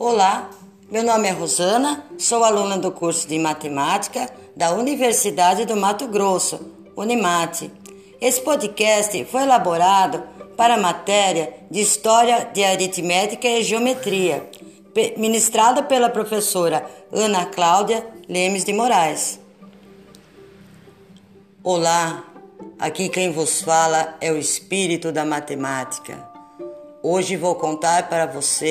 Olá, meu nome é Rosana, sou aluna do curso de Matemática da Universidade do Mato Grosso, Unimate. Esse podcast foi elaborado para a matéria de História de Aritmética e Geometria, ministrada pela professora Ana Cláudia Lemes de Moraes. Olá, aqui quem vos fala é o espírito da matemática. Hoje vou falar para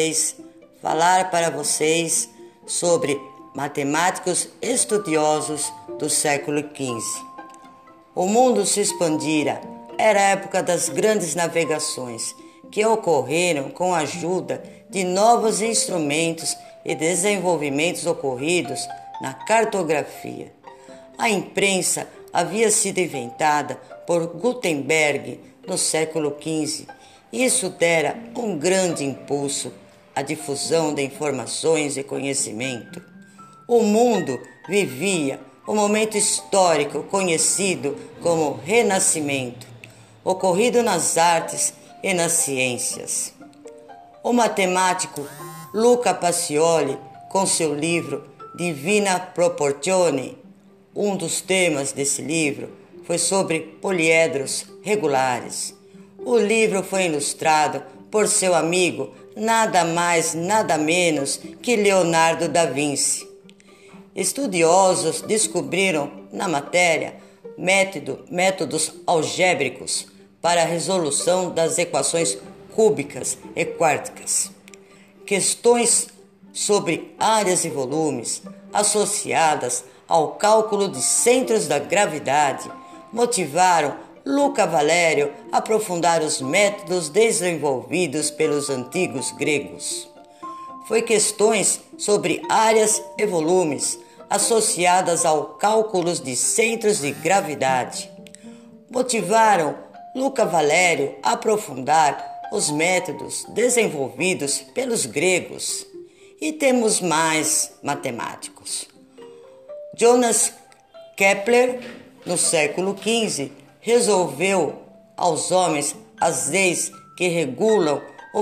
vocês sobre matemáticos estudiosos do século XV. O mundo se expandira, era a época das grandes navegações, que ocorreram com a ajuda de novos instrumentos e desenvolvimentos ocorridos na cartografia. A imprensa havia sido inventada por Gutenberg no século XV. Isso dera um grande impulso à difusão de informações e conhecimento. O mundo vivia um momento histórico conhecido como Renascimento, ocorrido nas artes e nas ciências. O matemático Luca Pacioli, com seu livro Divina Proportione, um dos temas desse livro foi sobre poliedros regulares. O livro foi ilustrado por seu amigo, nada mais, nada menos que Leonardo da Vinci. Estudiosos descobriram na matéria métodos algébricos para a resolução das equações cúbicas e quárticas. Questões sobre áreas e volumes associadas ao cálculo de centros da gravidade motivaram Luca Valério a aprofundar os métodos desenvolvidos pelos antigos gregos. Foi questões sobre áreas e volumes associadas ao cálculo de centros de gravidade motivaram Luca Valério a aprofundar os métodos desenvolvidos pelos gregos. E temos mais matemáticos. Johannes Kepler, no século XV, resolveu aos homens as leis que regulam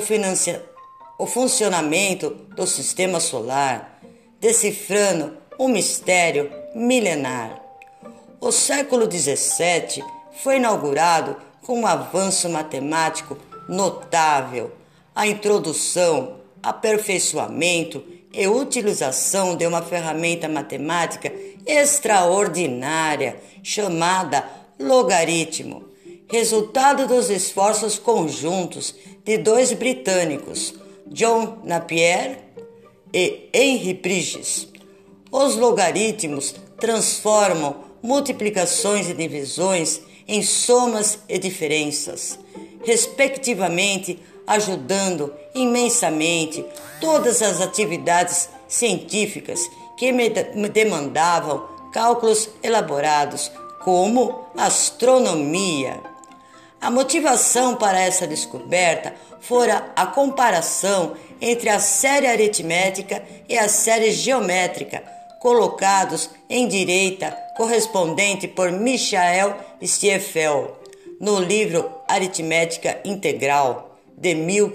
o funcionamento do sistema solar, decifrando um mistério milenar. O século XVII foi inaugurado com um avanço matemático notável, a introdução, aperfeiçoamento e utilização de uma ferramenta matemática extraordinária chamada logaritmo, resultado dos esforços conjuntos de dois britânicos, John Napier e Henry Bridges. Os logaritmos transformam multiplicações e divisões em somas e diferenças, respectivamente, ajudando imensamente todas as atividades científicas que demandavam cálculos elaborados, como astronomia. A motivação para essa descoberta fora a comparação entre a série aritmética e a série geométrica, colocados em direita correspondente por Michael Stiefel, no livro Aritmética Integral, de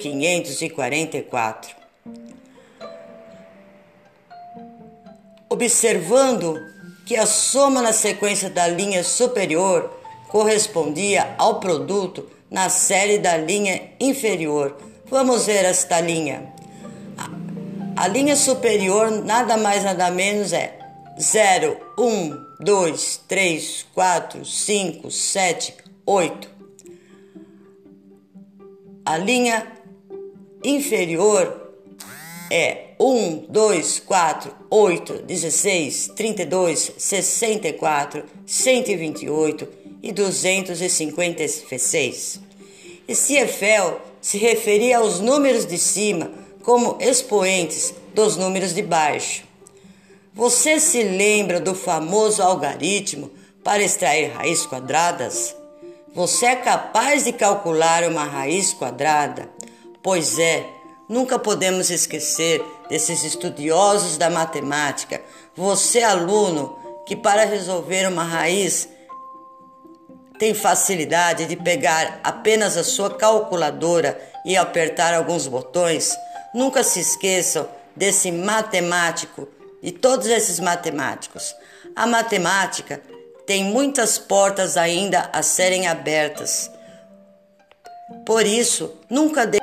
1544. Observando que a soma na sequência da linha superior correspondia ao produto na série da linha inferior. Vamos ver esta linha. A linha superior nada mais nada menos é 0, 1, 2, 3, 4, 5, 7, 8. A linha inferior é 1, 2, 4, 8, 16, 32, 64, 128 e 256. Stiefel se referia aos números de cima como expoentes dos números de baixo. Você se lembra do famoso algarismo para extrair raízes quadradas? Você é capaz de calcular uma raiz quadrada? Pois é, nunca podemos esquecer desses estudiosos da matemática. Você, aluno, que para resolver uma raiz tem facilidade de pegar apenas a sua calculadora e apertar alguns botões, nunca se esqueçam desse matemático e todos esses matemáticos. A matemática tem muitas portas ainda a serem abertas. Por isso, nunca